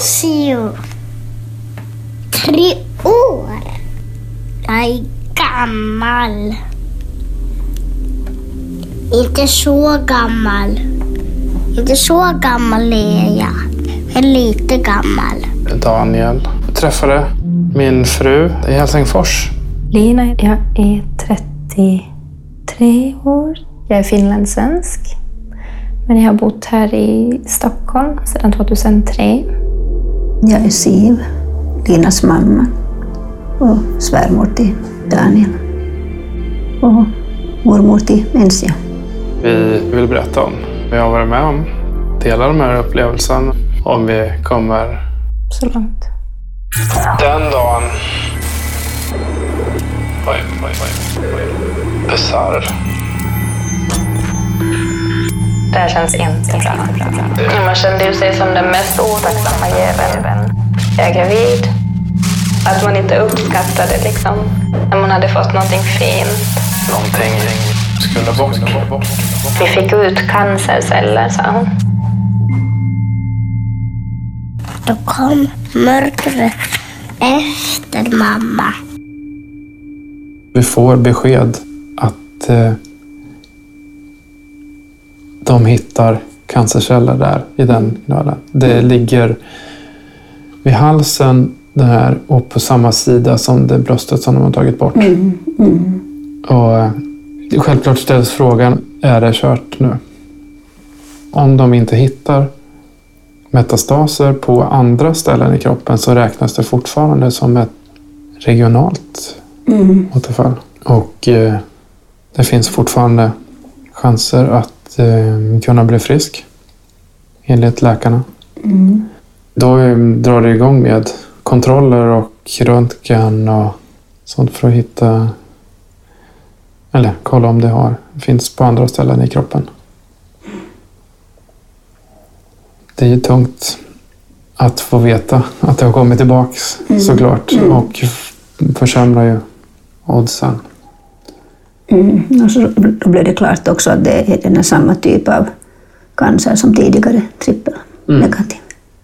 Osio. 3 år. Jag är gammal. Inte så gammal. Inte så gammal är jag. Men lite gammal. Daniel. Jag träffade min fru i Helsingfors. Lina, jag är 33 år. Jag är finlandssvensk. Men jag har bott här i Stockholm sedan 2003. Jag är Siv, Linas mamma och svärmor till Daniel och mormor till Mencia. Vi vill berätta om vi har varit med om. Dela de här upplevelserna om vi kommer Så långt. den dagen. Oj. Bizarr. Det här känns inte bra. Man kände ju sig som den mest otacksamma jäveln. Jag är gravid. Att man inte uppskattade liksom. När man hade fått någonting fint. Någonting skulle bort. Vi fick ut cancerceller, sa hon. Då kom mörkret efter mamma. Vi får besked att de hittar cancerceller där i den knölen. Det ligger vid halsen den här och på samma sida som det bröstet som de har tagit bort. Och självklart ställs frågan, är det kört nu? Om de inte hittar metastaser på andra ställen i kroppen så räknas det fortfarande som ett regionalt återfall. Och det finns fortfarande chanser att kunna bli frisk enligt läkarna. Då drar det igång med kontroller och röntgen och sånt för att hitta eller kolla om det finns på andra ställen i kroppen. Det är ju tungt att få veta att det har kommit tillbaks såklart och försämrar ju oddsen. Och så då blev det klart också att det är den samma typ av cancer som tidigare, trippelnegativ.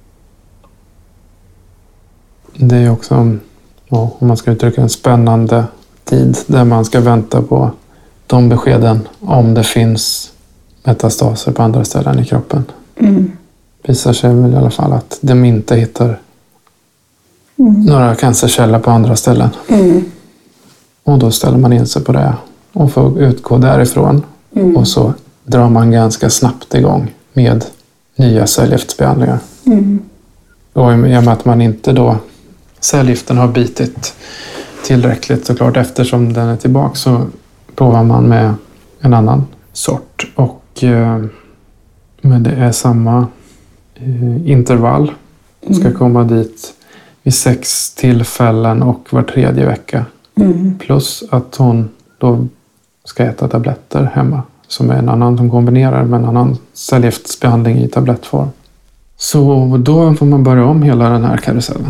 Det är också, om man ska uttrycka en spännande tid där man ska vänta på de beskeden om det finns metastaser på andra ställen i kroppen. Visar sig väl i alla fall att de inte hittar några cancerceller på andra ställen. Och då ställer man in sig på det och får utgå därifrån. Och så drar man ganska snabbt igång med nya cellgiftsbehandlingar. Och i och med att man inte då cellgiften har bitit tillräckligt såklart eftersom den är tillbaka så provar man med en annan sort. Men det är samma intervall. Ska komma dit vid 6 tillfällen och var 3:e vecka. Plus att hon då ska äta tabletter hemma. Som är en annan som kombinerar med en annan cellgiftsbehandling i tablettform. Så då får man börja om hela den här karusellen.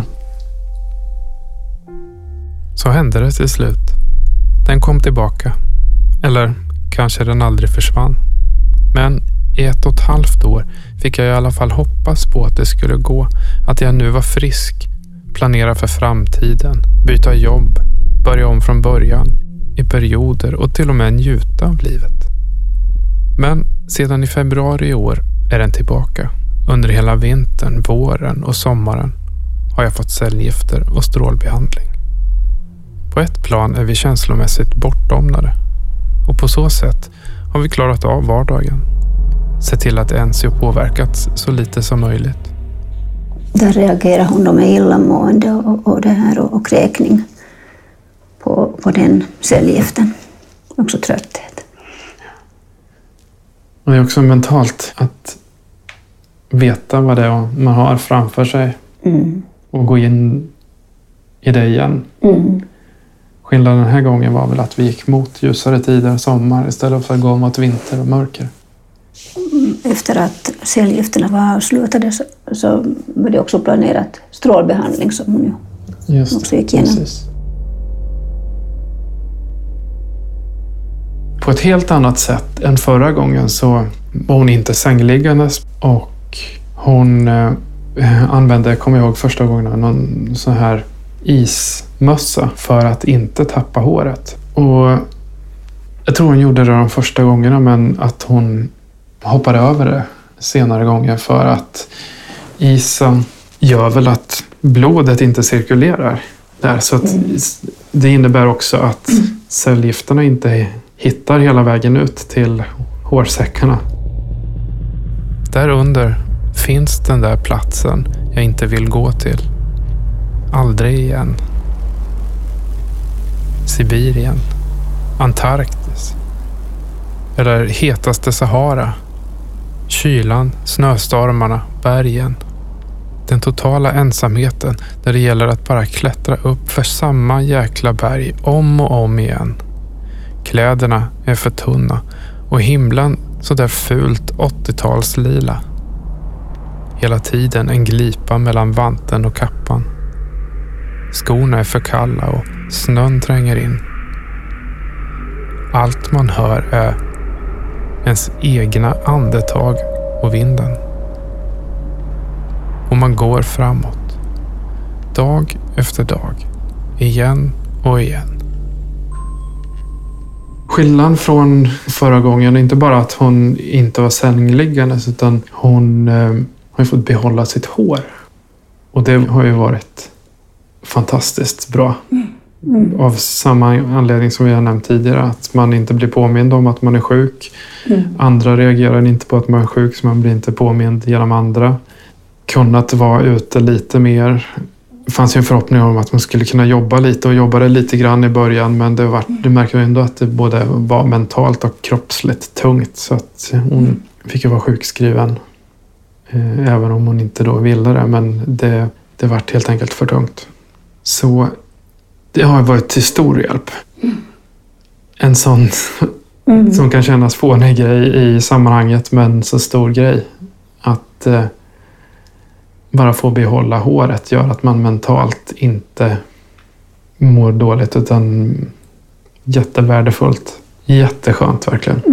Så hände det till slut. Den kom tillbaka. Eller kanske den aldrig försvann. Men i 1,5 år fick jag i alla fall hoppas på att det skulle gå. Att jag nu var frisk. Planera för framtiden. Byta jobb. Börja om från början. I perioder och till och med njuta av livet. Men sedan i februari i år är den tillbaka. Under hela vintern, våren och sommaren har jag fått cellgifter och strålbehandling. På ett plan är vi känslomässigt bortdomnade. Och på så sätt har vi klarat av vardagen. Se till att Enzio påverkats så lite som möjligt. Där reagerar hon då med illamående och det här och kräkning på den cellgiften. Också trötthet. Och det är också mentalt att veta vad det är man har framför sig. Och gå in i det igen. Skillnaden den här gången var väl att vi gick mot ljusare tider, sommar, istället för att gå mot vinter och mörker. Efter att cellgifterna var avslutade så var det också planerat strålbehandling som hon ju också gick igenom. Precis. På ett helt annat sätt än förra gången så var hon inte sängliggandes och hon använde, kommer jag ihåg första gången, någon sån här ismössa för att inte tappa håret. Och jag tror hon gjorde det de första gångerna, men att hon hoppade över det senare gånger för att isen gör väl att blodet inte cirkulerar där. Så att det innebär också att cellgifterna inte hittar hela vägen ut till hårsäckarna. Där under finns den där platsen jag inte vill gå till. Aldrig igen. Sibirien. Antarktis. Eller hetaste Sahara. Kylan, snöstormarna, bergen. Den totala ensamheten där det gäller att bara klättra upp för samma jäkla berg om och om igen. Kläderna är för tunna och himlen så där fult 80-talslila. Hela tiden en glipa mellan vanten och kappan. Skorna är för kalla och snön tränger in. Allt man hör är ens egna andetag och vinden. Och man går framåt. Dag efter dag. Igen och igen. Skillnaden från förra gången är inte bara att hon inte var sängliggandes, utan hon har fått behålla sitt hår. Och det har ju varit fantastiskt bra. Av samma anledning som vi har nämnt tidigare, att man inte blir påmind om att man är sjuk. Andra reagerar inte på att man är sjuk, så man blir inte påmind genom andra. Kunnat vara ute lite mer. Det fanns ju en förhoppning om att man skulle kunna jobba lite, och jobbade lite grann i början, men det märker jag ändå att det både var mentalt och kroppsligt tungt, så att hon fick ju vara sjukskriven även om hon inte då ville det, men det vart helt enkelt för tungt. Så det har varit till stor hjälp. En sån som kan kännas fånig grej i sammanhanget, men så stor grej att bara få behålla håret gör att man mentalt inte mår dåligt, utan jättevärdefullt. Jätteskönt verkligen.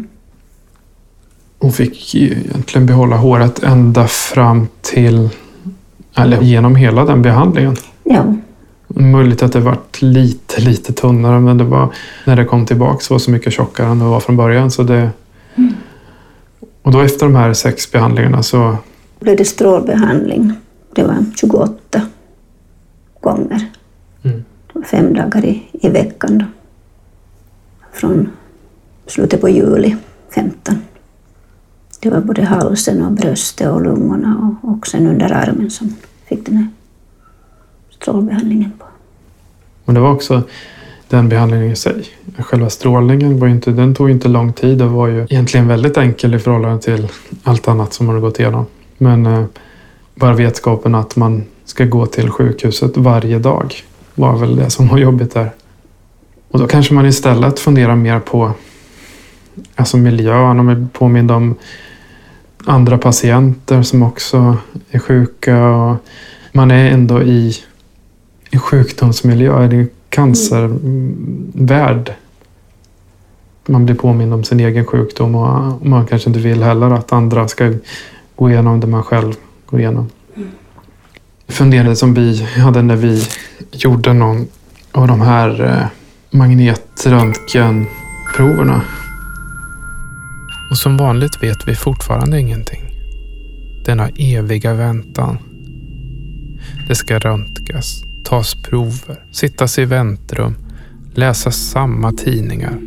Hon fick egentligen behålla håret ända fram till, eller genom hela den behandlingen. Ja. Möjligt att det varit lite tunnare, men det var, när det kom tillbaka, var så mycket tjockare än det var från början. Så det, och då efter de här 6 behandlingarna så blev det strålbehandling. Det var 28 gånger. Det var 5 dagar i veckan då. Från slutet på juli 15. Det var både halsen och bröstet och lungorna och sen under armen som fick den här strålbehandlingen på. Och det var också den behandlingen i sig. Själva strålningen var inte, den tog inte lång tid. Det var ju egentligen väldigt enkel i förhållande till allt annat som man har gått igenom. Men bara vetskapen att man ska gå till sjukhuset varje dag var väl det som var jobbigt där. Och då kanske man istället funderar mer på alltså miljön, och man påminner om andra patienter som också är sjuka. Och man är ändå i sjukdomsmiljö, i en cancervärld. Man blir påmind om sin egen sjukdom, och man kanske inte vill heller att andra ska gå igenom det man själv går igenom. Funderade som vi hade när vi gjorde någon av de här magnetröntgenproverna. Och som vanligt vet vi fortfarande ingenting. Denna eviga väntan. Det ska röntgas, tas prover, sittas i väntrum, läsa samma tidningar.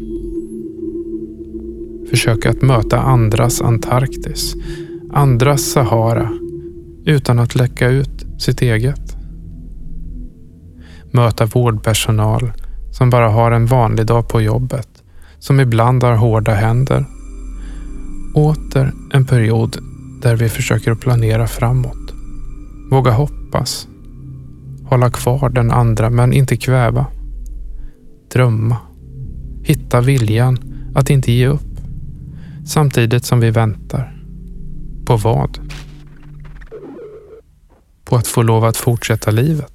Försöka att möta andras Antarktis, andras Sahara, utan att läcka ut sitt eget. Möta vårdpersonal som bara har en vanlig dag på jobbet, som ibland har hårda händer. Åter en period där vi försöker planera framåt. Våga hoppas. Hålla kvar den andra men inte kväva. Drömma. Hitta viljan att inte ge upp. Samtidigt som vi väntar. På vad? På att få lov att fortsätta livet.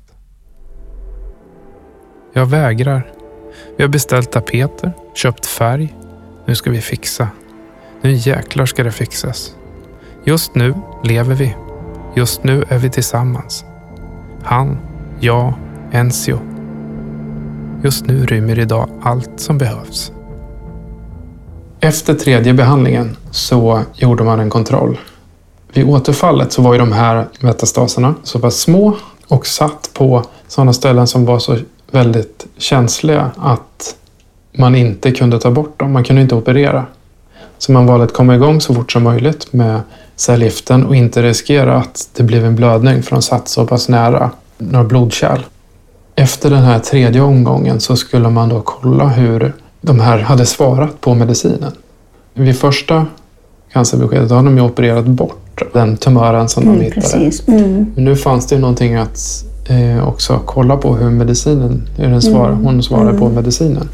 Jag vägrar. Vi har beställt tapeter, köpt färg. Nu ska vi fixa. Nu jäklar ska det fixas. Just nu lever vi. Just nu är vi tillsammans. Han, jag, Enzio. Just nu rymmer idag allt som behövs. Efter 3:e behandlingen så gjorde man en kontroll. Vid återfallet så var ju de här metastaserna så pass små och satt på sådana ställen som var så väldigt känsliga att man inte kunde ta bort dem. Man kunde inte operera. Så man valde att komma igång så fort som möjligt med cellgiften och inte riskera att det blev en blödning för de satt så pass nära några blodkärl. Efter den här 3:e omgången så skulle man då kolla hur de här hade svarat på medicinen. Vid första cancerbeskedet hade de ju opererat bort den tumören som de hittade. Precis. Men nu fanns det ju någonting att också kolla på hur medicinen, hon svarar på medicinen.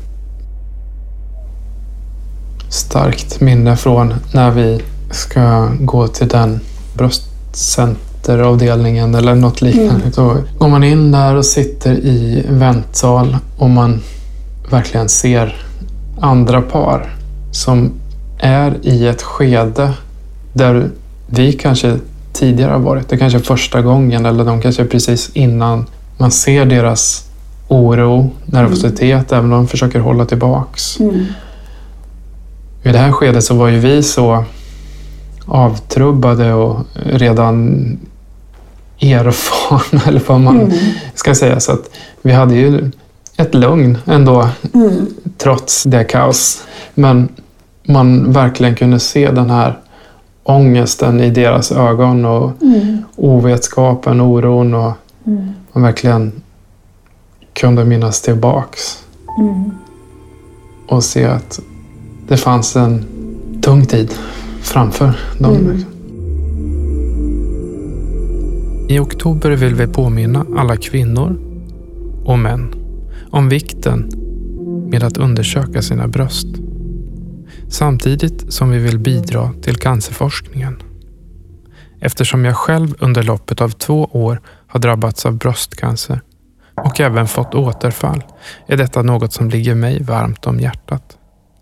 Starkt minne från när vi ska gå till den bröstcenteravdelningen eller något liknande. Då går man in där och sitter i väntsal och man verkligen ser andra par som är i ett skede där vi kanske tidigare har varit. Det kanske är första gången eller de kanske är precis innan. Man ser deras oro, nervositet, även om de försöker hålla tillbaks. I det här skedet så var ju vi så avtrubbade och redan erfarna eller vad man ska säga. Så att vi hade ju ett lugn ändå trots det kaos. Men man verkligen kunde se den här ångesten i deras ögon och ovetskapen, oron och man verkligen kunde minnas tillbaks och se att det fanns en tung tid framför dem. I oktober vill vi påminna alla kvinnor och män om vikten med att undersöka sina bröst. Samtidigt som vi vill bidra till cancerforskningen. Eftersom jag själv under loppet av 2 år har drabbats av bröstcancer och även fått återfall är detta något som ligger mig varmt om hjärtat.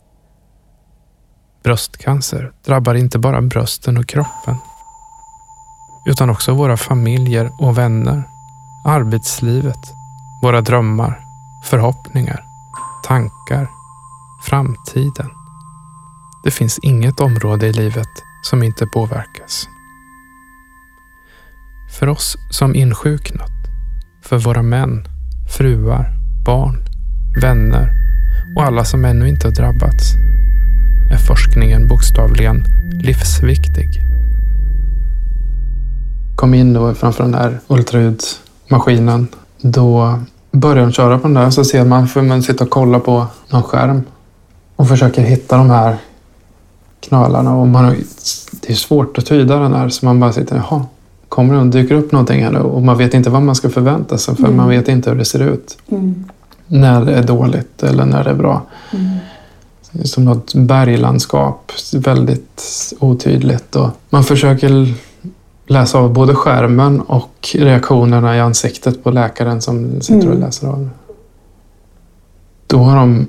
Bröstcancer drabbar inte bara brösten och kroppen utan också våra familjer och vänner, arbetslivet, våra drömmar, förhoppningar, tankar, framtiden. Det finns inget område i livet som inte påverkas. För oss som insjuknat, för våra män, fruar, barn, vänner och alla som ännu inte har drabbats är forskningen bokstavligen livsviktig. Kom in då framför den här ultraljudsmaskinen. Då börjar de köra på den där så ser man, för man sitter och kollar på någon skärm och försöker hitta de här knölarna. Och det är svårt att tyda den här så man bara sitter, jaha, kommer det och dyker upp någonting här nu? Och man vet inte vad man ska förvänta sig för man vet inte hur det ser ut. När det är dåligt eller när det är bra. Det är som något berglandskap, väldigt otydligt. Och man försöker läsa av både skärmen och reaktionerna i ansiktet på läkaren som sitter och läser av. Då har de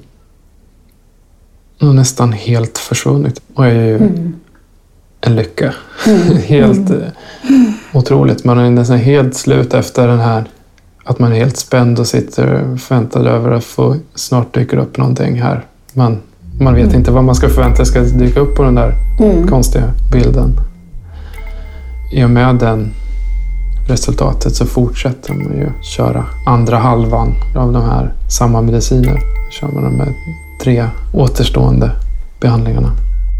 nästan helt försvunnit. Och är ju en lycka. Helt otroligt. Man är nästan helt slut efter den här. Att man är helt spänd och sitter och förväntad över att få snart dyker upp någonting här. Man vet inte vad man ska förvänta sig ska dyka upp på den där konstiga bilden. I och med den resultatet så fortsätter man ju köra andra halvan av de här samma mediciner. Kör man de med 3 återstående behandlingarna.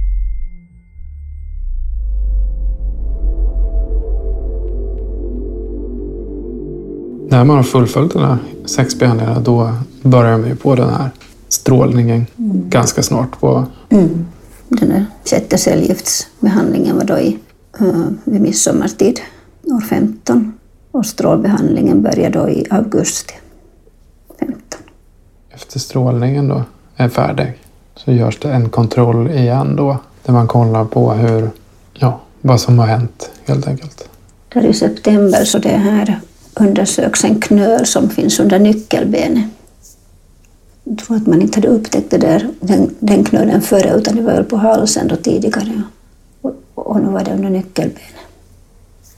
När man har fullföljt den här 6 behandlingarna då börjar man ju på den här strålningen ganska snart på. Den där 6:e cellgiftsbehandlingen var då vid midsommartid år 15 och strålbehandlingen började då i augusti 15. Efter strålningen då är färdig så görs det en kontroll igen då där man kollar på vad som har hänt helt enkelt. Där i september så det här undersöks en knöl som finns under nyckelbenet. Jag tror att man inte hade upptäckt det där, den knölen före utan det var väl på halsen då tidigare. Och nu var det under nyckelbenet.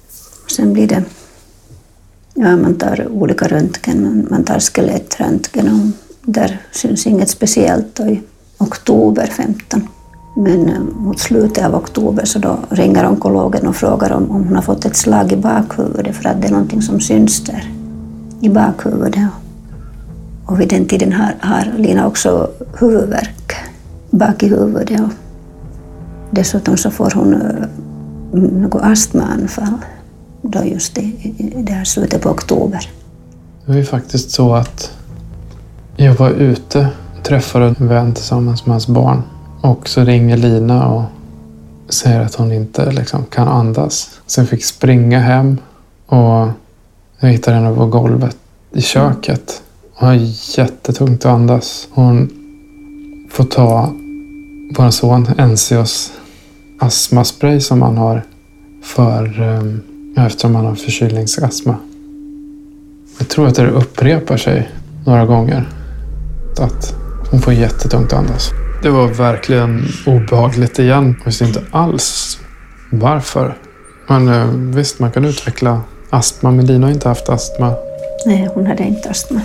Sen blir det, man tar olika röntgen, man tar skelettröntgen och där syns inget speciellt då i oktober 15. Men mot slutet av oktober så då ringer onkologen och frågar om hon har fått ett slag i bakhuvudet för att det är någonting som syns där i bakhuvudet. Och vid den tiden har Lina också huvudvärk bak i huvudet. Och dessutom så får hon något astmaanfall då just i det här slutet på oktober. Det var ju faktiskt så att jag var ute och träffade en vän tillsammans med hans barn. Och så ringer Lina och säger att hon inte kan andas. Så jag fick springa hem och jag hittade henne på golvet i köket. Hon har jättetungt att andas. Hon får ta vår son Enzios astmaspray som han har eftersom han har förkylningsastma. Jag tror att det upprepar sig några gånger. Att hon får jättetungt att andas. Det var verkligen obehagligt igen. Jag visste inte alls varför. Men visst, man kan utveckla astma. Men Lina har inte haft astma. Nej, hon hade inte astma.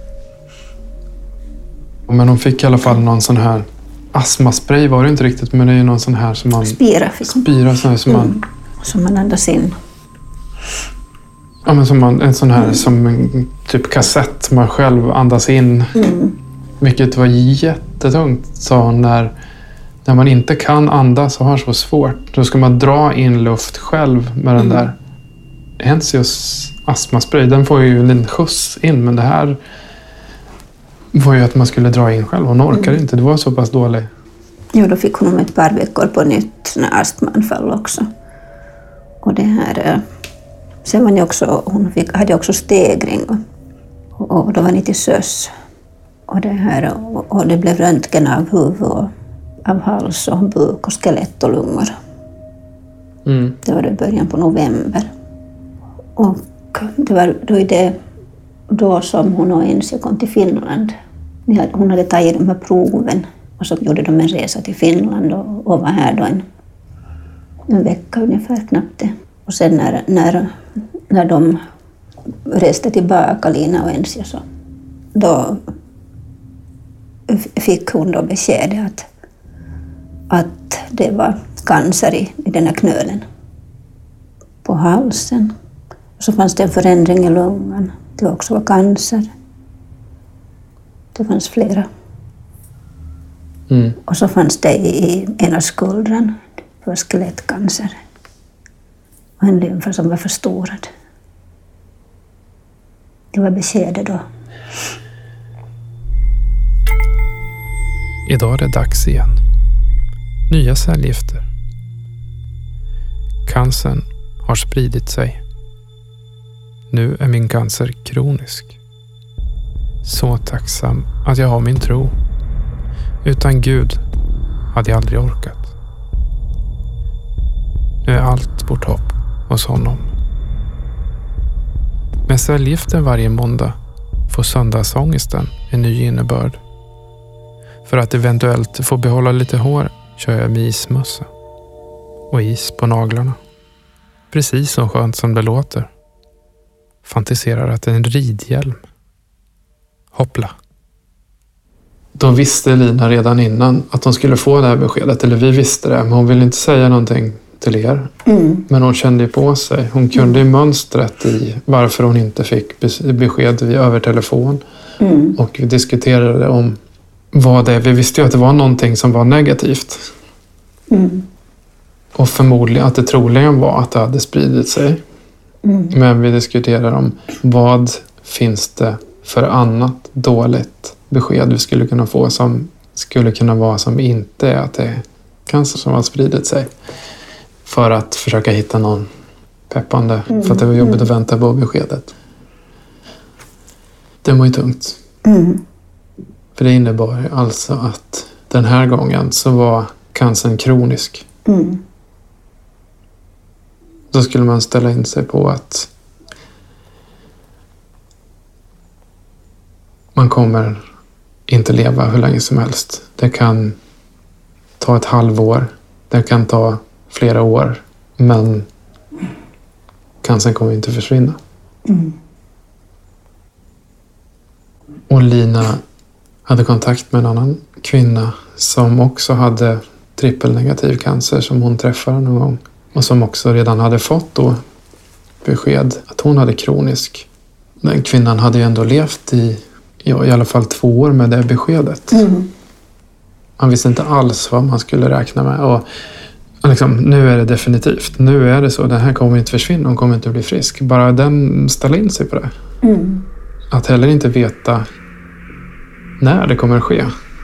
Men hon fick i alla fall någon sån här astmaspray var det inte riktigt. Men det är ju någon sån här som man... Spira fick hon. Spira sån här som man andas in. Ja, men en sån här som en typ kassett man själv andas in. Vilket var jättetungt, sa hon, när man inte kan andas och har så svårt. Då ska man dra in luft själv med den där Enzios astmaspray. Den får ju en skjuts in, men det här var ju att man skulle dra in själv. Hon orkade inte, det var så pass dåligt. Jo, då fick hon om ett par veckor på nytt astmaanfall också. Och det här... Sen var det också, hade också stegring och då var ni till SÖS. Och det blev röntgen av huvud och av hals och buk och skelett och lungor. Det var i början på november. Och det var då som hon och Enzio kom till Finland. Hon hade tagit de här proven och så gjorde de en resa till Finland och var här då en vecka ungefär, knappt det. Och sen när de reste tillbaka, Lina och Enzio, så då fick hon då beskedet att det var cancer i den här knölen på halsen. Och så fanns det en förändring i lungan. Det också var cancer. Det fanns flera. Och så fanns det i ena skuldran. Det var skelettcancer. Och en lymfa som var förstorad. Det var beskedet då. Idag är det dags igen. Nya cellgifter. Cancern har spridit sig. Nu är min cancer kronisk. Så tacksam att jag har min tro. Utan Gud hade jag aldrig orkat. Nu är allt vårt hopp hos honom. Med cellgiften varje måndag får söndagsångesten en ny innebörd. För att eventuellt få behålla lite hår kör jag med ismössa och is på naglarna. Precis så skönt som det låter. Fantiserar att det är en ridhjälm. Hoppla. De visste Lina redan innan att de skulle få det här beskedet. Eller vi visste det, men hon ville inte säga någonting till er. Men hon kände ju på sig. Hon kunde ju mönstret i varför hon inte fick besked över telefon. Och vi diskuterade om vad det är. Vi visste ju att det var någonting som var negativt. Och förmodligen att det troligen var att det hade spridit sig. Men vi diskuterade om vad finns det för annat dåligt besked vi skulle kunna få som skulle kunna vara som inte är att det är cancer som har spridit sig. För att försöka hitta någon peppande. För att det var jobbigt att vänta på beskedet. Det var ju tungt. För det innebar alltså att den här gången så var cancern kronisk. Då skulle man ställa in sig på att man kommer inte leva hur länge som helst. Det kan ta ett halvår. Det kan ta flera år. Men cancern kommer inte försvinna. Och Lina hade kontakt med en annan kvinna som också hade trippelnegativ cancer som hon träffade någon gång. Och som också redan hade fått då besked att hon hade kronisk. Den kvinnan hade ju ändå levt i alla fall 2 år med det beskedet. Man visste inte alls vad man skulle räkna med. Och liksom, nu är det definitivt. Nu är det så. Den här kommer inte försvinna. Hon kommer inte bli frisk. Bara den ställer in sig på det. Att heller inte veta när det kommer att ske.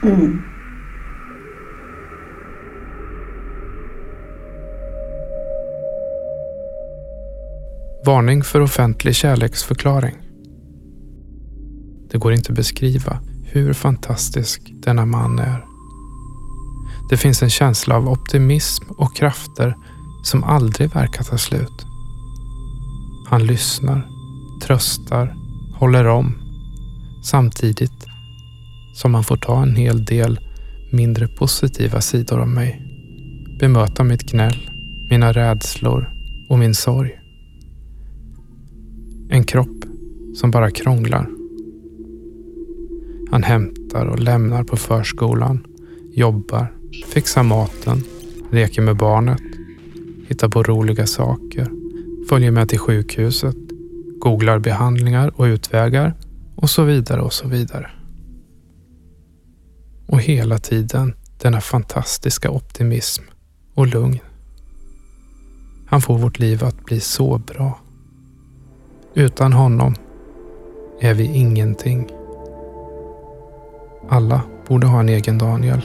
Varning för offentlig kärleksförklaring. Det går inte att beskriva hur fantastisk denna man är. Det finns en känsla av optimism och krafter som aldrig verkar ta slut. Han lyssnar, tröstar, håller om, samtidigt som han får ta en hel del mindre positiva sidor av mig. Bemöta mitt gnäll, mina rädslor och min sorg. En kropp som bara krånglar. Han hämtar och lämnar på förskolan, jobbar, fixar maten, leker med barnet, hittar på roliga saker, följer med till sjukhuset, googlar behandlingar och utvägar och så vidare och så vidare. Och hela tiden denna fantastiska optimism och lugn. Han får vårt liv att bli så bra. Utan honom är vi ingenting. Alla borde ha en egen Daniel.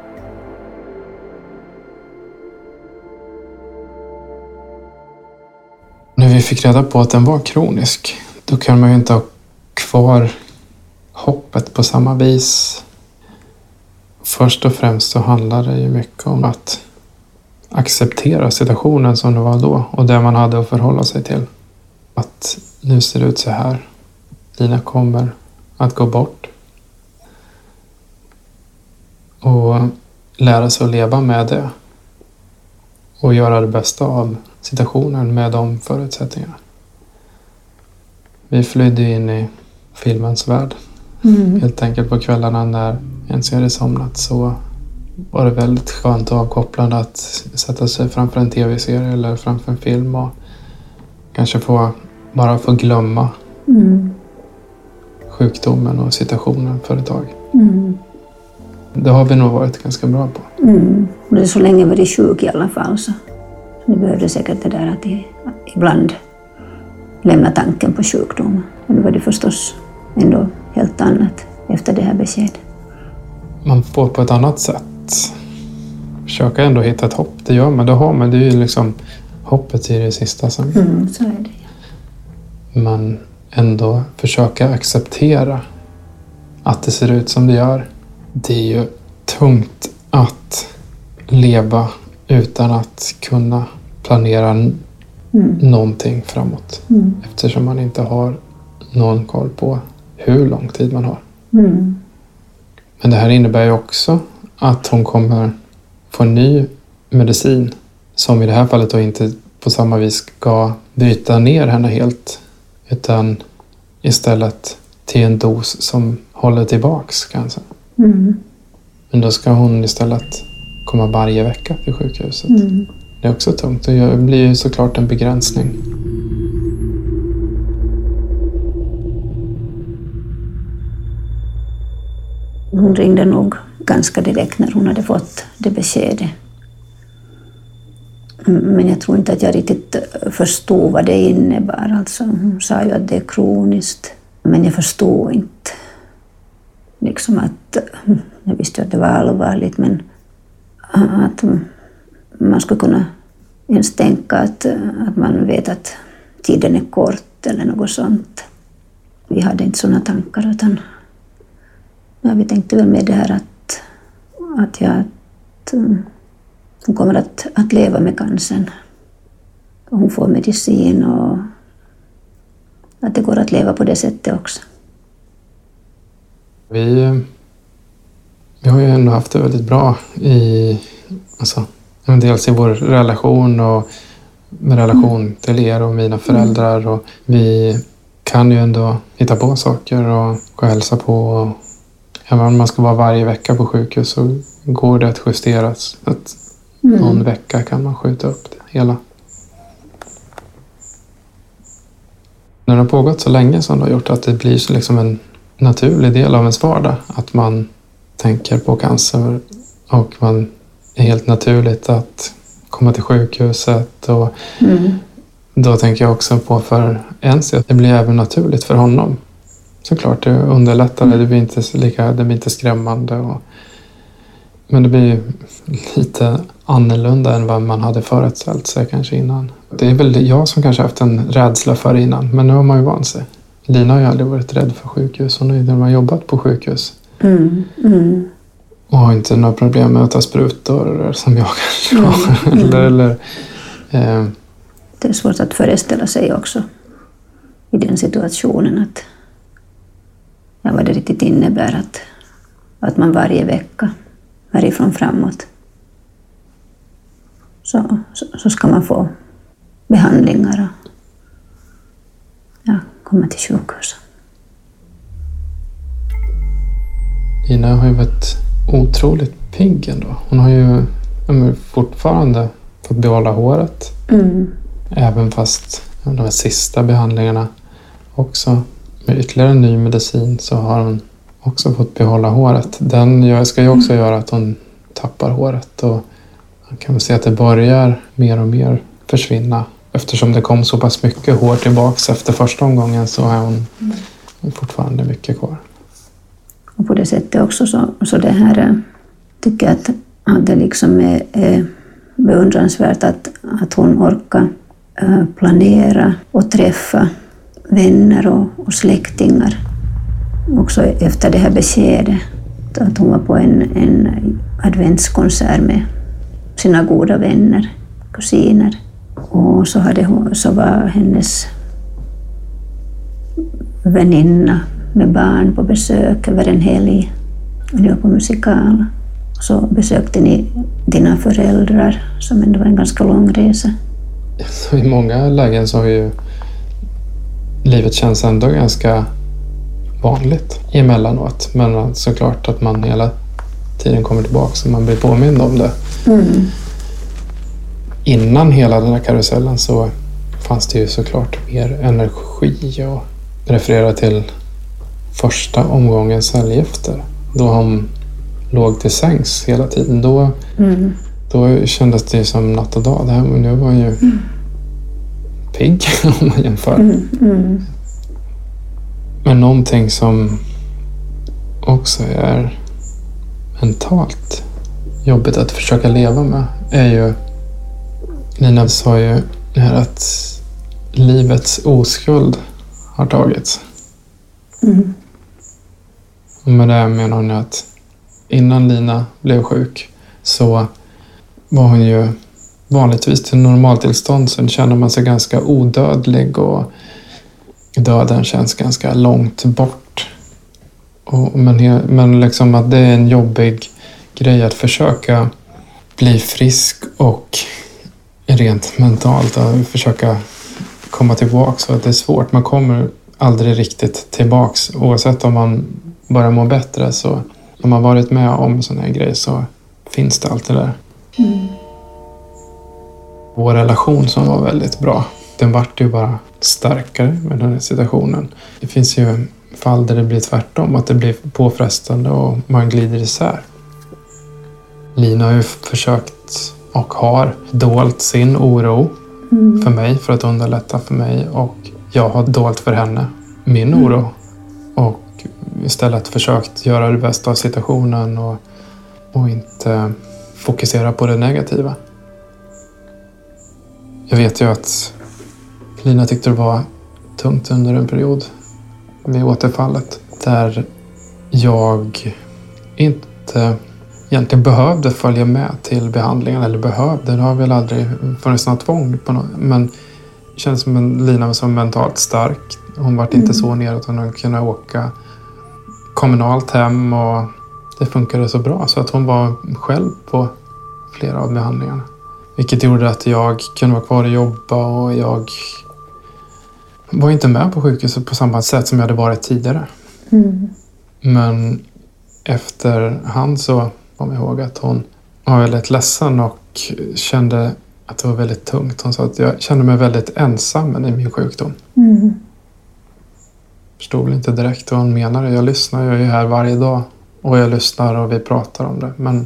När vi fick reda på att den var kronisk, då kan man ju inte ha kvar hoppet på samma vis. Först och främst så handlar det ju mycket om att acceptera situationen som det var då och det man hade att förhålla sig till. Att nu ser det ut så här. Lina kommer att gå bort. Och lära sig att leva med det. Och göra det bästa av situationen med de förutsättningarna. Vi flydde in i filmens värld. Helt enkelt på kvällarna när en serie somnat så var det väldigt skönt och avkopplande att sätta sig framför en tv-serie eller framför en film och kanske bara få glömma sjukdomen och situationen för ett tag. Det har vi nog varit ganska bra på. Det är så länge varit sjuk i alla fall så vi behövde säkert det där att ibland lämna tanken på sjukdom. Och det var det förstås ändå helt annat efter det här beskedet. Man får på ett annat sätt försöka ändå hitta ett hopp. Det gör man, det har man. Det är ju liksom hoppet i det sista sen. Så är det. Man ändå försöka acceptera att det ser ut som det gör. Det är ju tungt att leva utan att kunna planera någonting framåt. Eftersom man inte har någon koll på hur lång tid man har. Men det här innebär ju också att hon kommer få en ny medicin som i det här fallet då inte på samma vis ska bryta ner henne helt utan istället till en dos som håller tillbaks cancer. Men då ska hon istället komma varje vecka till sjukhuset. Det är också tungt och det blir ju såklart en begränsning. Hon ringde nog ganska direkt när hon hade fått det beskedet. Men jag tror inte att jag riktigt förstod vad det innebar. Alltså, hon sa ju att det är kroniskt. Men jag förstod inte. Liksom att, jag visste att det var allvarligt, men att man skulle kunna ens tänka att man vet att tiden är kort eller något sånt. Vi hade inte sådana tankar utan vi tänkte väl med det här att hon kommer att leva med cancern. Och hon får medicin och att det går att leva på det sättet också. Vi har ju ändå haft det väldigt bra dels i vår relation och med relation till er och mina föräldrar. Och vi kan ju ändå hitta på saker och gå och hälsa på. Och, även om man ska vara varje vecka på sjukhus så går det att justeras. Att någon vecka kan man skjuta upp det hela. När det har pågått så länge som det har gjort att det blir så liksom en naturlig del av ens vardag. Att man tänker på cancer och man är helt naturligt att komma till sjukhuset. Och då tänker jag också på för Enzi att det blir även naturligt för honom. Såklart, det underlättar. Det blir inte skrämmande. Men det blir ju lite annorlunda än vad man hade föreställt sig kanske innan. Det är väl jag som kanske haft en rädsla för innan. Men nu har man ju vant sig. Lina har ju aldrig varit rädd för sjukhus. Hon har ju jobbat på sjukhus. Och har inte några problem med att ta sprutor som jag kanske har. Det är svårt att föreställa sig också i den situationen vad det riktigt innebär att man varje vecka härifrån framåt så ska man få behandlingar och komma till sjukhus. Lina har ju varit otroligt pigg ändå. Hon har ju fortfarande fått behålla håret. Även fast de här sista behandlingarna också. Med ytterligare en ny medicin så har hon också fått behålla håret. Den ska ju också göra att hon tappar håret. Och man kan väl se att det börjar mer och mer försvinna. Eftersom det kom så pass mycket hår tillbaks efter första omgången så är hon fortfarande mycket kvar. Och på det sättet också så det här tycker jag att det liksom är beundransvärt att hon orkar planera och träffa vänner och släktingar. Också efter det här beskedet att hon var på en adventskonsert med sina goda vänner, kusiner. Och så var hennes väninna med barn på besök över en helg. Det var på musikal. Så besökte ni dina föräldrar som ändå var en ganska lång resa. Så i många lägen så har ju livet känns ändå ganska vanligt emellanåt. Men såklart att man hela tiden kommer tillbaka så man blir påmind om det. Innan hela den här karusellen så fanns det ju såklart mer energi och referera till första omgången cellgifter. Då hon låg till sängs hela tiden. Då kändes det som natt och dag. Det här nu var ju pigg om man jämför. Men någonting som också är mentalt jobbigt att försöka leva med är ju, Lina sa ju det här att livets oskuld har tagits. Och med det menar hon att innan Lina blev sjuk så var hon ju vanligtvis till normaltillstånd så känner man sig ganska odödlig och döden känns ganska långt bort. Men liksom att det är en jobbig grej att försöka bli frisk och rent mentalt att försöka komma tillbaka så att det är svårt. Man kommer aldrig riktigt tillbaks oavsett om man börjar må bättre så om man varit med om sån här grej så finns det alltid där. Vår relation som var väldigt bra, den vart ju bara starkare med den här situationen. Det finns ju fall där det blir tvärtom, att det blir påfrestande och man glider isär. Lina har ju försökt och har dolt sin oro för mig för att underlätta för mig och jag har dolt för henne min oro och istället försökt göra det bästa av situationen och inte fokusera på det negativa. Jag vet ju att Lina tyckte det var tungt under en period med återfallet där jag inte egentligen behövde följa med till behandlingen eller behövde, det har väl aldrig funnits något tvång på något, men det känns som en Lina var så mentalt stark. Hon var inte så ner att hon kunde åka kommunalt hem och det funkade så bra så att hon var själv på flera av behandlingarna. Vilket gjorde att jag kunde vara kvar och jobba och jag var inte med på sjukhuset på samma sätt som jag hade varit tidigare. Men efterhand så kom jag ihåg att hon var väldigt ledsen och kände att det var väldigt tungt. Hon sa att jag kände mig väldigt ensam i min sjukdom. Förstod väl inte direkt vad hon menade. Jag lyssnar, jag är här varje dag och jag lyssnar och vi pratar om det. Men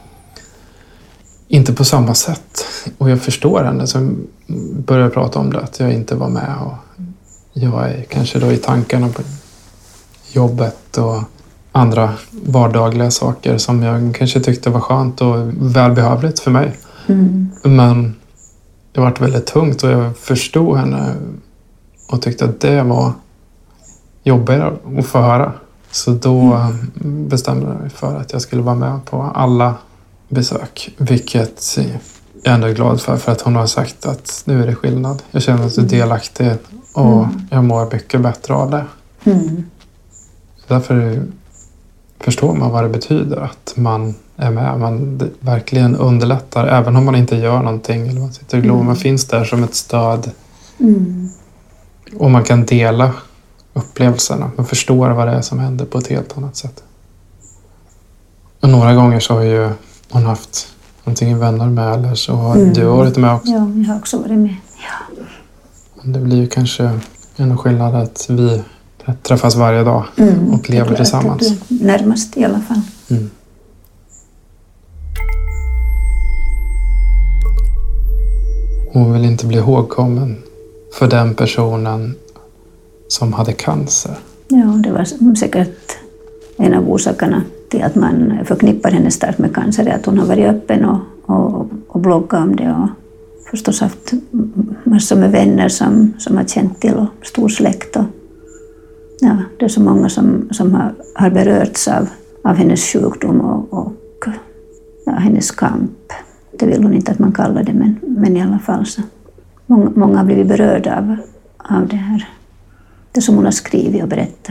inte på samma sätt. Och jag förstår henne som börjar prata om det, att jag inte var med. Och jag är kanske då i tankarna på jobbet och andra vardagliga saker som jag kanske tyckte var skönt och välbehövligt för mig. Men det var väldigt tungt och jag förstod henne och tyckte att det var jobbigare att få höra. Så då bestämde jag mig för att jag skulle vara med på alla besök. Vilket jag ändå är glad för att hon har sagt att nu är det skillnad. Jag känner att jag är delaktig och jag mår mycket bättre av det. Därför förstår man vad det betyder att man är med. Man verkligen underlättar även om man inte gör någonting. Eller man sitter och glor. Man finns där som ett stöd. Och man kan dela upplevelserna. Man förstår vad det är som händer på ett helt annat sätt. Och några gånger så har ju hon haft antingen vänner med eller så har du varit med också. Ja, jag har också varit med. Ja. Det blir ju kanske en skillnad att vi träffas varje dag och lever tillsammans. Närmast i alla fall. Hon vill inte bli ihågkommen för den personen som hade cancer. Ja, det var säkert en av orsakerna till att man förknippar henne starkt med cancer. Att hon har varit öppen och bloggat om det och förstås haft massor med vänner som har känt till och stor släkt. Och, ja, det är så många som har berörts av hennes sjukdom och hennes kamp. Det vill hon inte att man kallar det, men i alla fall så. Många har blivit berörda av det här. Det som hon har skrivit och berättat.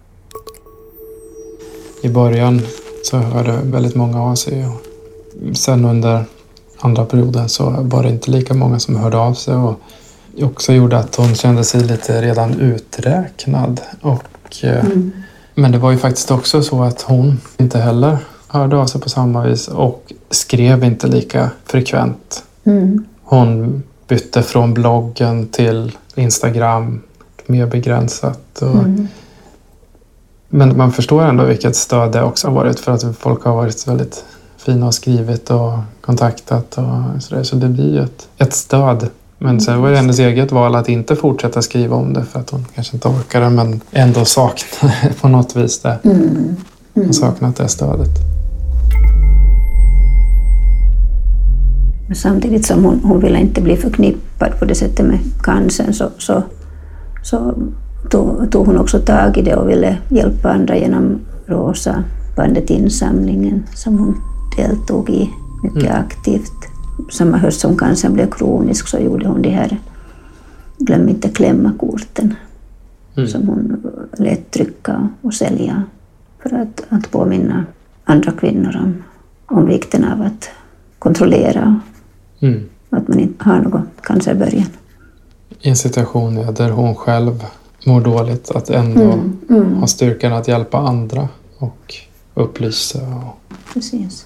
I början så hörde väldigt många av sig. Och sen under andra perioden så var det inte lika många som hörde av sig. Och också gjorde att hon kände sig lite redan uträknad. Men det var ju faktiskt också så att hon inte heller hörde av sig på samma vis. Och skrev inte lika frekvent. Hon bytte från bloggen till Instagram. Mer begränsat. Men man förstår ändå vilket stöd det också har varit. För att folk har varit väldigt fina och skrivit och kontaktat. Och sådär. Så det blir ju ett stöd. Men sen var det hennes eget val att inte fortsätta skriva om det. För att hon kanske inte orkade men ändå saknade på något vis det. Hon saknat det stödet. Men samtidigt som hon ville inte bli förknippad på det sättet med cancern så tog hon också tag i det och ville hjälpa andra genom Rosa bandet-insamlingen som hon deltog i mycket aktivt. Samma höst som cancern blev kronisk så gjorde hon det här glöm inte klämma-korten som hon lät trycka och sälja för att påminna andra kvinnor om vikten av att kontrollera att man inte har någon cancerbörjan. I en situation där hon själv mår dåligt att ändå ha styrkan att hjälpa andra och upplysa. Precis.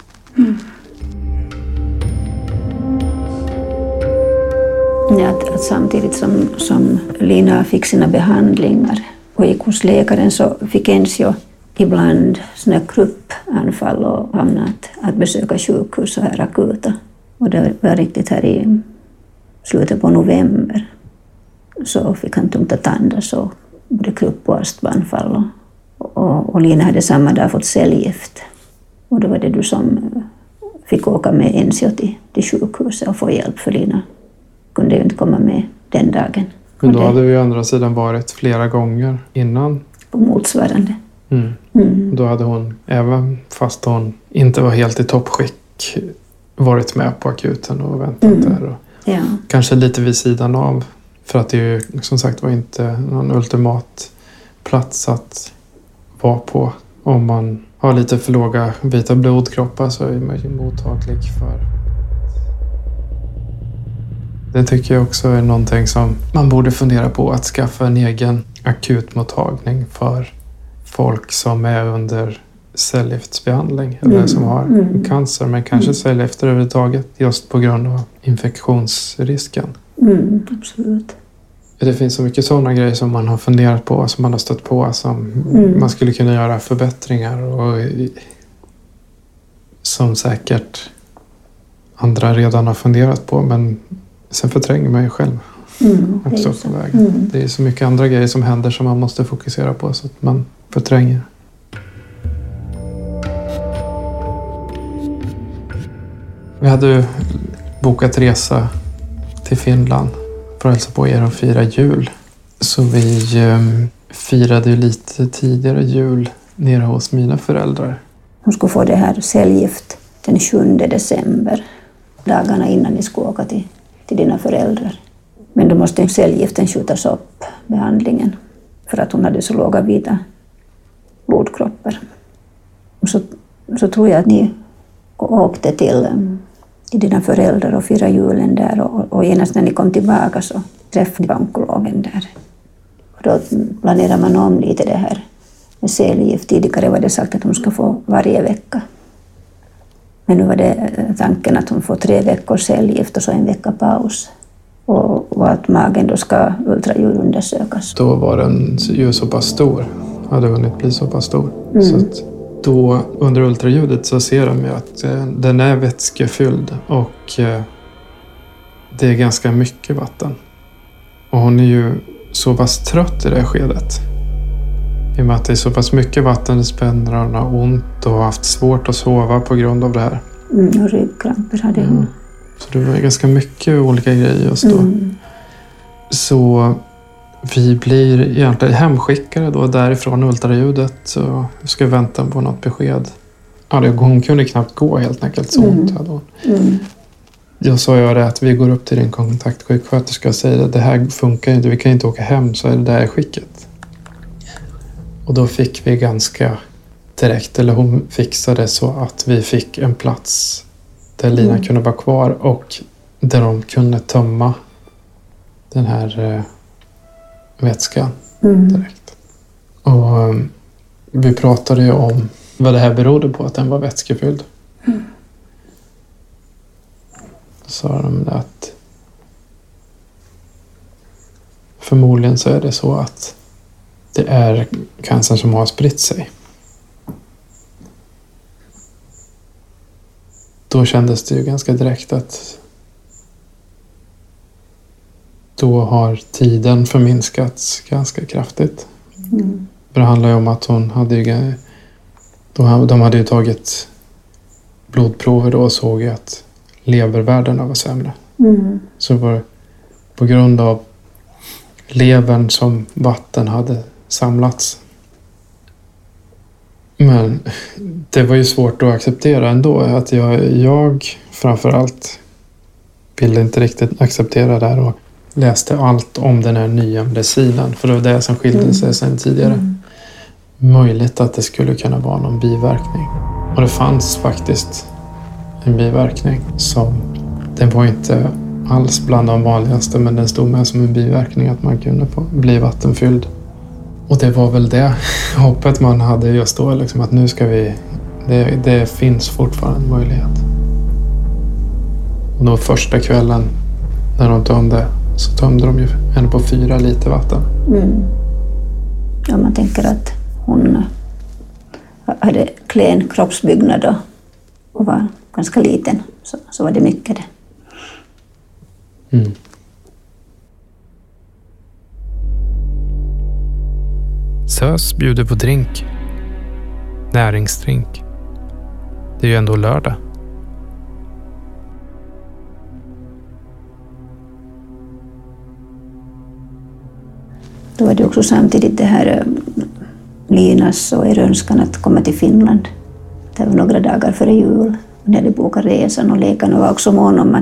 Ja, att samtidigt som Lina fick sina behandlingar och gick hos läkaren så fick Ensio ibland såna kruppanfall och hamnade att besöka sjukhus så här akuta. Och det var riktigt här i slutet på november. Så fick han tungt att andas och både krupp och astmaanfall. Och Lina hade samma dag fått cellgift. Och då var det du som fick åka med Ensio till sjukhuset och få hjälp för Lina. Kunde ju inte komma med den dagen. Men då hade vi å andra sidan varit flera gånger innan. På motsvarande. Då hade hon, även fast hon inte var helt i toppskick, varit med på akuten och väntat där. Och kanske lite vid sidan av. För att det ju som sagt var inte någon ultimat plats att vara på. Om man har lite för låga vita blodkroppar så är man ju mottaglig för. Precis. Att bli behandlad. Och det var ju väldigt Det tycker jag också är någonting som man borde fundera på, att skaffa en egen akutmottagning för folk som är under cellgiftsbehandling eller som har cancer, men kanske cellgifter överhuvudtaget just på grund av infektionsrisken. Absolut. Det finns så mycket sådana grejer som man har funderat på, som man har stött på, som man skulle kunna göra förbättringar och som säkert andra redan har funderat på, men sen förtränger man ju själv också på vägen. Det är så mycket andra grejer som händer som man måste fokusera på, så att man förtränger. Vi hade bokat resa till Finland för att hälsa på er och fira jul. Så vi firade lite tidigare jul nere hos mina föräldrar. Hon skulle få det här cellgift den 7 december. Dagarna innan ni skulle åka till dina föräldrar. Men då måste cellgiften skjutas upp, behandlingen. För att hon hade så låga vita blodkroppar. Så tror jag att ni åkte till dina föräldrar och firade julen där. Och genast när ni kom tillbaka så träffade vi onkologen där. Och då planerar man om lite det här med cellgift. Tidigare var det sagt att hon ska få varje vecka. Men nu var det tanken att hon får 3 veckors cellgift och så 1 vecka paus. Och att magen då ska ultraljudundersökas. Då var den ju så pass stor. Hade hunnit bli så pass stor. Så att då under ultraljudet så ser de ju att den är vätskefylld och det är ganska mycket vatten. Och hon är ju så pass trött i det här skedet. I och med att det är så pass mycket vatten i spännarna, hon har ont och har haft svårt att sova på grund av det här. Och ryggkramper hade hon. Så det var ganska mycket olika grejer just då. Så vi blir egentligen hemskickade då därifrån ultraljudet. Så ska vänta på något besked. Ja, hon kunde knappt gå helt enkelt, så ont hade hon. Jag sa det att vi går upp till din kontaktsjuksköterska och säger att det här funkar inte, vi kan inte åka hem, så är det där skicket. Och då fick vi ganska direkt, eller hon fixade så att vi fick en plats där Lina kunde vara kvar och där de kunde tömma den här vätskan direkt. Och vi pratade ju om vad det här berodde på, att den var vätskefylld. Så sa de att förmodligen så är det så att det är cancern som har spritt sig. Då kändes det ju ganska direkt att då har tiden förminskats ganska kraftigt. Det handlar ju om att hon hade ju, de hade ju tagit blodprover då och såg ju att levervärdena var sämre. Så var på grund av levern som vatten hade samlats. Men det var ju svårt att acceptera ändå. Att jag framförallt ville inte riktigt acceptera det här och läste allt om den här nya medicinen. För det var det som skilde sig sedan tidigare. Möjligt att det skulle kunna vara någon biverkning. Och det fanns faktiskt en biverkning som, den var inte alls bland de vanligaste, men den stod med som en biverkning att man kunde få bli vattenfylld. Och det var väl det hoppet man hade just då, liksom, att nu ska vi, det finns fortfarande en möjlighet. Och då första kvällen när de tömde, så tömde de ju henne på 4 liter vatten. Ja, man tänker att hon hade klen kroppsbyggnad och var ganska liten, så var det mycket det. SÖS bjuder på drink. Näringsdrink. Det är ju ändå lördag. Då var det också samtidigt det här Linas och er önskan att komma till Finland. Det var några dagar före jul. Ni hade bokat resan och läkarna var också mån om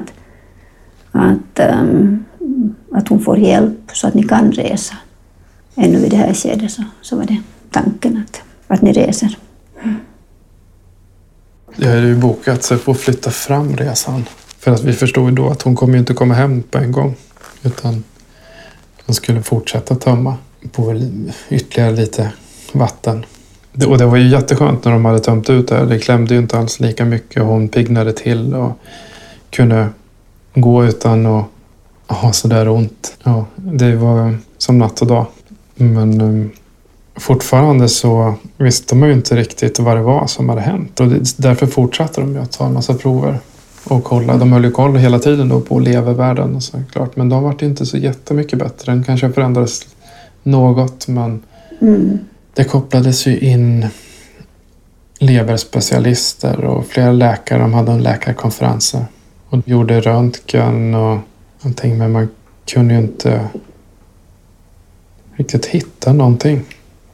att hon får hjälp så att ni kan resa. Ännu i det här skedet så var det tanken att ni reser. Jag hade ju bokat så jag får flytta fram resan För att vi förstod då att hon kommer ju inte komma hem på en gång. Utan hon skulle fortsätta tömma på ytterligare lite vatten. Och det var ju jätteskönt när de hade tömt ut det. Det klämde ju inte alls lika mycket. Hon piggnade till och kunde gå utan att ha sådär ont. Ja, det var som natt och dag. Men fortfarande så visste man ju inte riktigt vad det var som hade hänt. Och därför fortsatte de ju att ta en massa prover och kolla. De höll ju koll hela tiden då på levervärden och såklart. Men de var inte så jättemycket bättre. Den kanske förändrades något, men det kopplades ju in leverspecialister och flera läkare. De hade en läkarkonferenser och gjorde röntgen och någonting, men man kunde ju inte riktigt hitta någonting.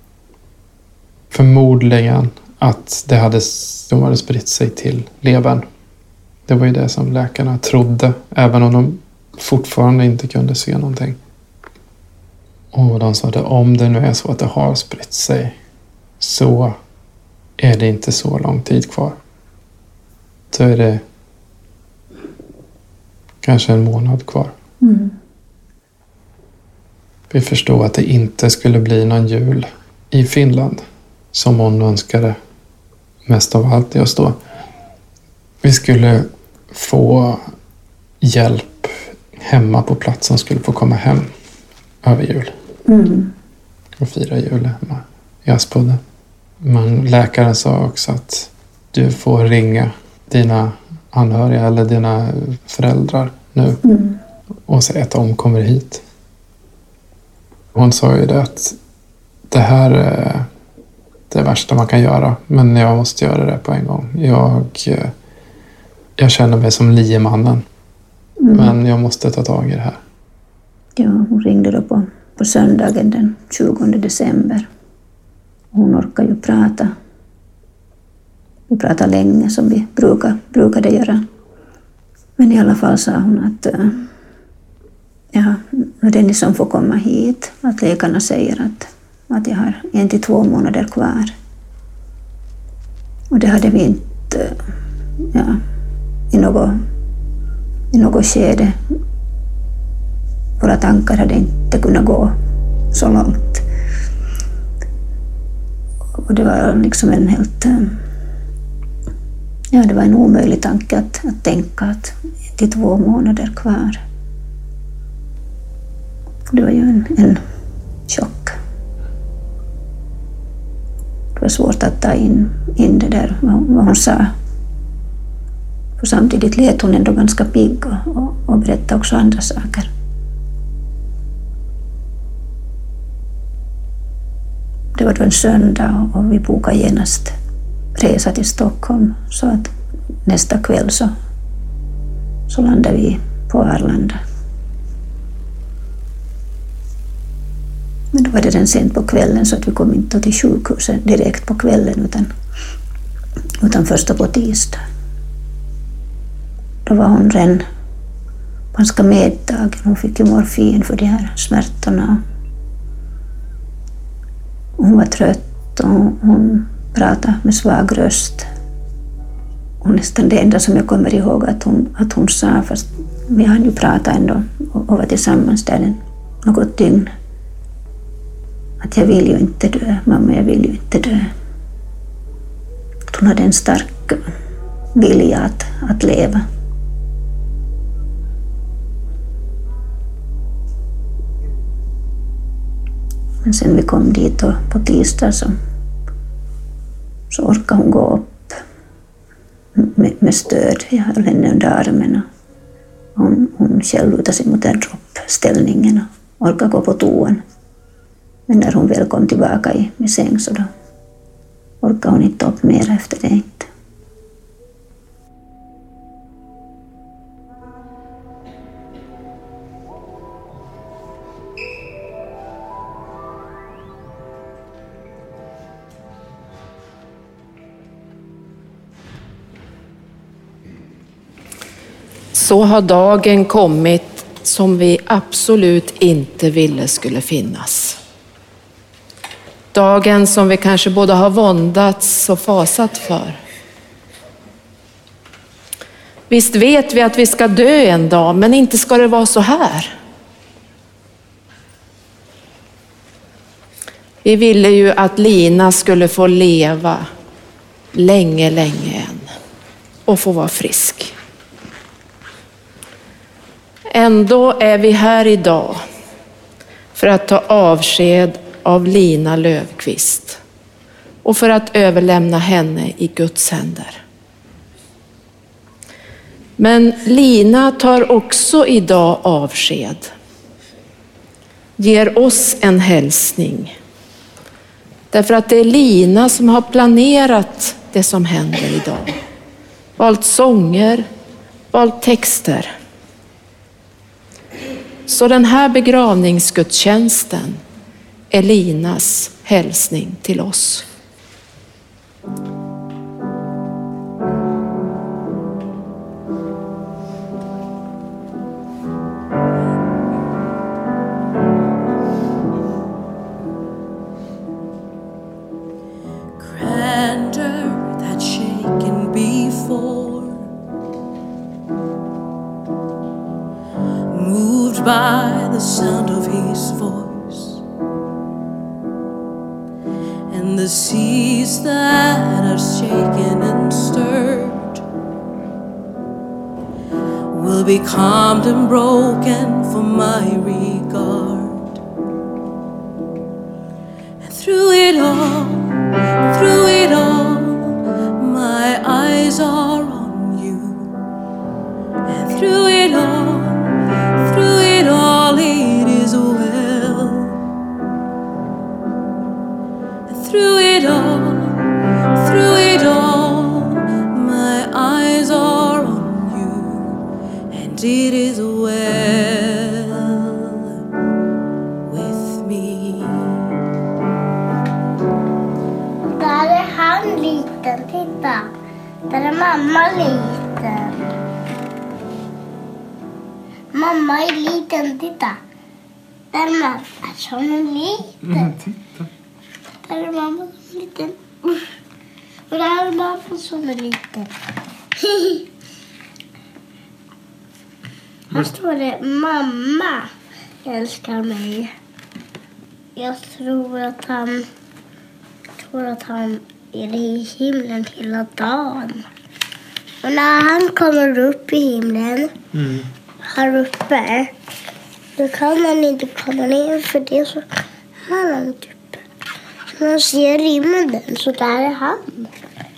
Förmodligen att de hade spritt sig till levern. Det var ju det som läkarna trodde, även om de fortfarande inte kunde se någonting. Och de sa att om det nu är så att det har spritt sig, så är det inte så lång tid kvar. Så är det kanske en månad kvar. Vi förstod att det inte skulle bli någon jul i Finland som hon önskade mest av allt i oss då. Vi skulle få hjälp hemma på plats, som skulle få komma hem över jul. Och fira jul hemma i Aspodden. Men läkaren sa också att du får ringa dina anhöriga eller dina föräldrar nu och säga att de kommer hit. Hon sa ju det att det här är det värsta man kan göra, men jag måste göra det på en gång. Jag känner mig som liemannen, men jag måste ta tag i det här. Ja, hon ringde då på söndagen den 20 december. Hon orkar ju prata. Vi pratar länge som vi brukade göra. Men i alla fall sa hon att det är ni som får komma hit. Att läkarna säger att jag har 1 till 2 månader kvar. Och det hade vi inte i något skede. Våra tankar hade inte kunnat gå så långt. Och det var liksom en helt... det var en omöjlig tanke att tänka att 1 till 2 månader kvar. Det var ju en chock. Det var svårt att ta in det där, vad hon sa. För samtidigt lät hon ändå ganska pigg och berättade också andra saker. Det var då en söndag och vi bokade genast resa till Stockholm, så att nästa kväll så landade vi på Arlanda. Men då var det redan sent på kvällen, så att vi kom inte till sjukhuset direkt på kvällen utan först på tisdag. Då var hon redan ganska medtagen. Hon fick ju morfin för de här smärtorna. Hon var trött och hon pratade med svag röst. Och nästan det enda som jag kommer ihåg att hon sa, fast vi hade ju pratat ändå och var tillsammans där något dygn. Att jag vill ju inte dö, mamma, jag vill ju inte dö. Hon hade en stark vilja att leva. Men sen vi kom dit och på tisdag så orkade hon gå upp med stöd. Jag höll henne under armen och hon själv lutade sig mot den droppställningen och orkade gå på toan. Men när hon väl kom tillbaka i säng så då orkade hon inte upp mer efter det inte. Så har dagen kommit som vi absolut inte ville skulle finnas. Dagen som vi kanske både har våndats och fasat för. Visst vet vi att vi ska dö en dag, men inte ska det vara så här. Vi ville ju att Lina skulle få leva länge, länge än och få vara frisk. Ändå är vi här idag för att ta avsked av Lina Löfqvist och för att överlämna henne i Guds händer. Men Lina tar också idag avsked, ger oss en hälsning. Därför att det är Lina som har planerat det som händer idag. Valt sånger, valt texter. Så den här begravningsgudstjänsten är Linas hälsning till oss. By the sound of his voice, and the seas that are shaken and stirred will be calmed and broken for my regard. And through it all, my eyes are on you. And through it all, it is well. Through it all, my eyes are on you, and it is well with me. Där är han liten, titta. Där är mamma liten. Mamma är liten, titta. Där är mamma som är liten. Titta. Där är mamma som är liten. Och där är mamma som är liten. Här står det, mamma älskar mig. Jag tror att han är i himlen hela dagen. Och när han kommer upp i himlen, här uppe, då kan man inte komma ner för det är så här långt uppe. Så man ser rymden, så där är han.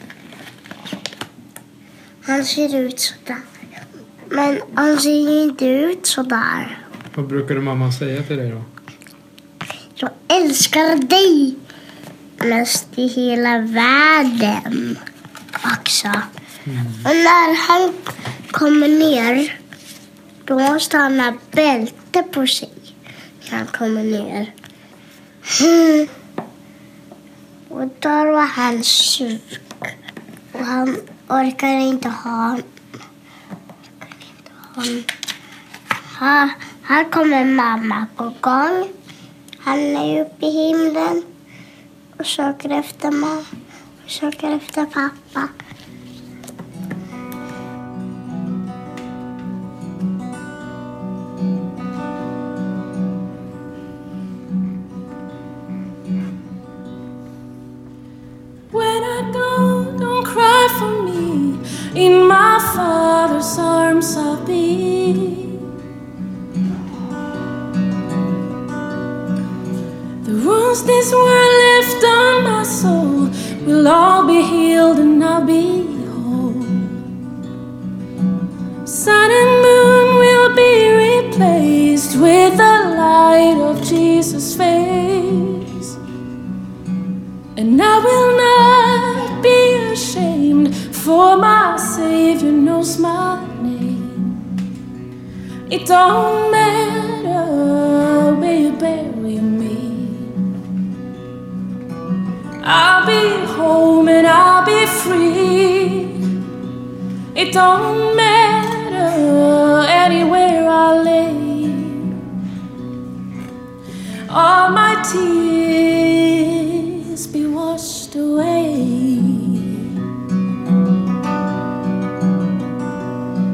Han ser ut så där. Men han ser inte ut så där. Vad brukade mamma säga till dig då? Jag älskar dig mest i hela världen också. Och när han kommer ner, då måste han ha bälte på sig när han kommer ner. Och då var han sjuk. Och han orkar inte ha. Här kommer mamma på gång. Han är uppe i himlen och söker efter mamma och söker efter pappa. When I go, don't cry for me. In my Father's arms I'll be. The wounds this world left on my soul will all be healed and I'll be whole. Sun and moon will be replaced with the light of Jesus' face. And I will not be ashamed, for my Savior knows my name. It don't matter where you bury me. I'll be home and I'll be free. It don't matter anywhere I lay. All my tears be washed away.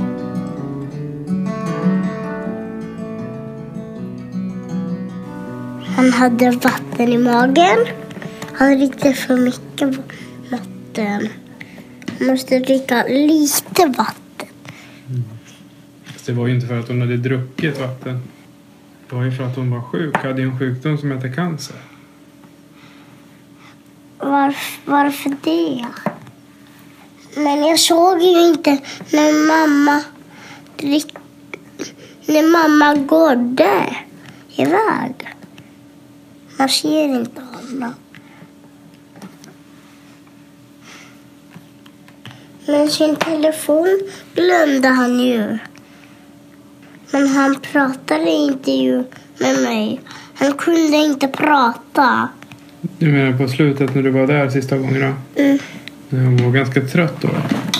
hade vatten i magen. Han dricker för mycket vatten. Han måste dricka lite vatten. Det var ju inte för att hon hade druckit vatten. Det var ju för att hon var sjuk. Hade en sjukdom som heter cancer. Varför det? Men jag såg ju inte när mamma gådde iväg. Man ser inte honom. Men sin telefon glömde han ju. Men han pratade inte ju med mig. Han kunde inte prata. Du menar på slutet när du var där sista gången då? Mm. Hon var ganska trött då?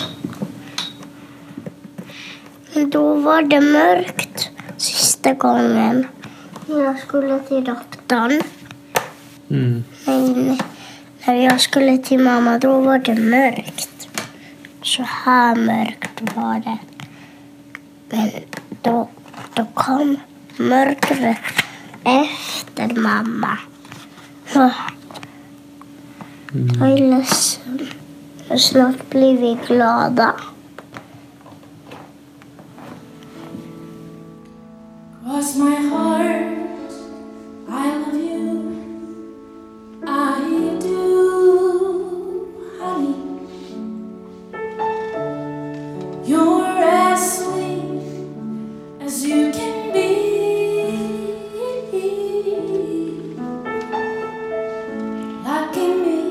Men då var det mörkt sista gången. Jag skulle till doktorn. Mm. Men när jag skulle till mamma då var det mörkt. Så här mörkt var det. Men då kom mörkret efter mamma. Jag är ledsen. Snart blir vi glada. Cross my heart, I love you, I do, honey. You're as sweet as you can be. Lucky me,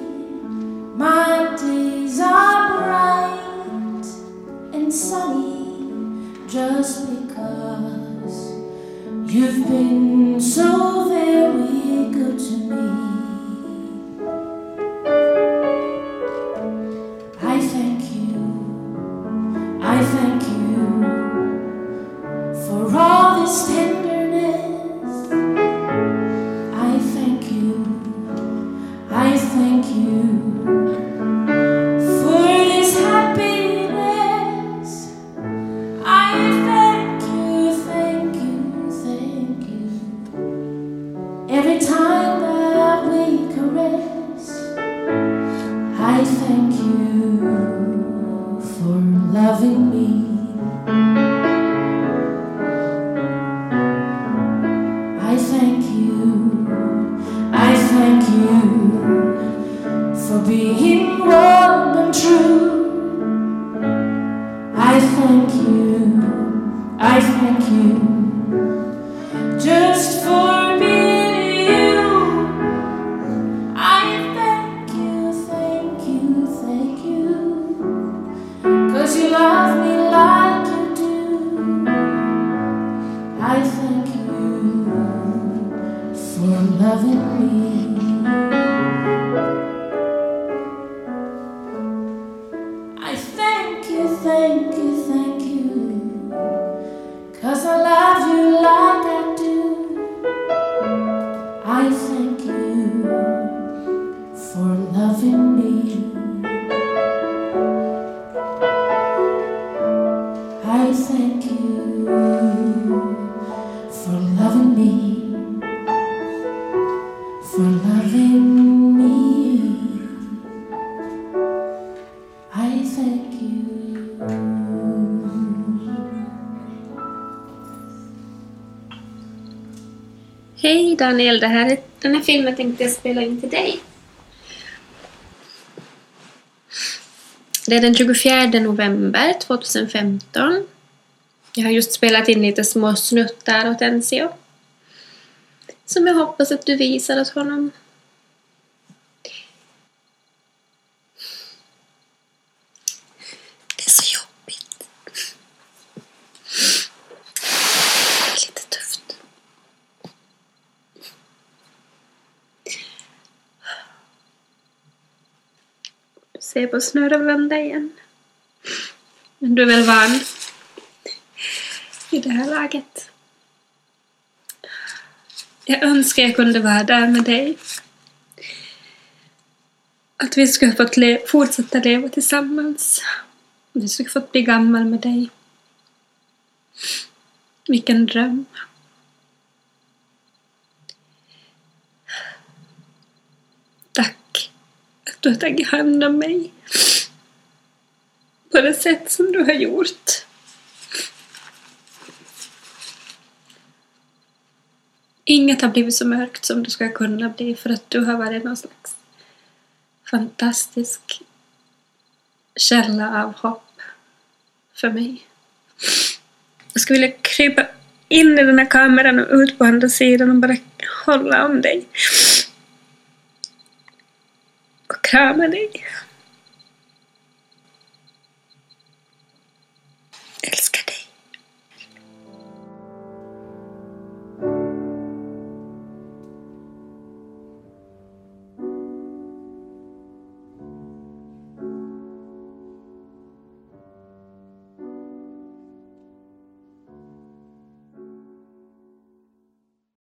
my days are bright and sunny just because you've been so very good to me. I thank you for all this tenderness. I thank you for this happiness. I thank you. Every time that we caress, I thank you for loving me. I thank you for being warm and true. I thank you just for being you. I thank you, 'cause you love me like you do. I thank you for loving me. I thank you, 'cause I love you like I do. I thank you for loving me. I thank you for loving me. For loving me. I thank you. Hej Daniel, den här filmen tänkte jag spela in till dig. Det är den 24 november 2015. Jag har just spelat in lite små snuttar åt NCO. Som jag hoppas att du visar åt honom. Det är så jobbigt. Det är lite tufft. Se på snurrvända igen. Men du är väl van i det här laget. Jag önskar jag kunde vara där med dig. Att vi skulle fått fortsätta leva tillsammans. Vi skulle fått bli gammal med dig. Vilken dröm. Att du har tagit hand om mig. På det sätt som du har gjort. Inget har blivit så mörkt som du ska kunna bli. För att du har varit någon slags fantastisk källa av hopp för mig. Jag skulle vilja krypa in i den här kameran och ut på andra sidan och bara hålla om dig. Och krama dig.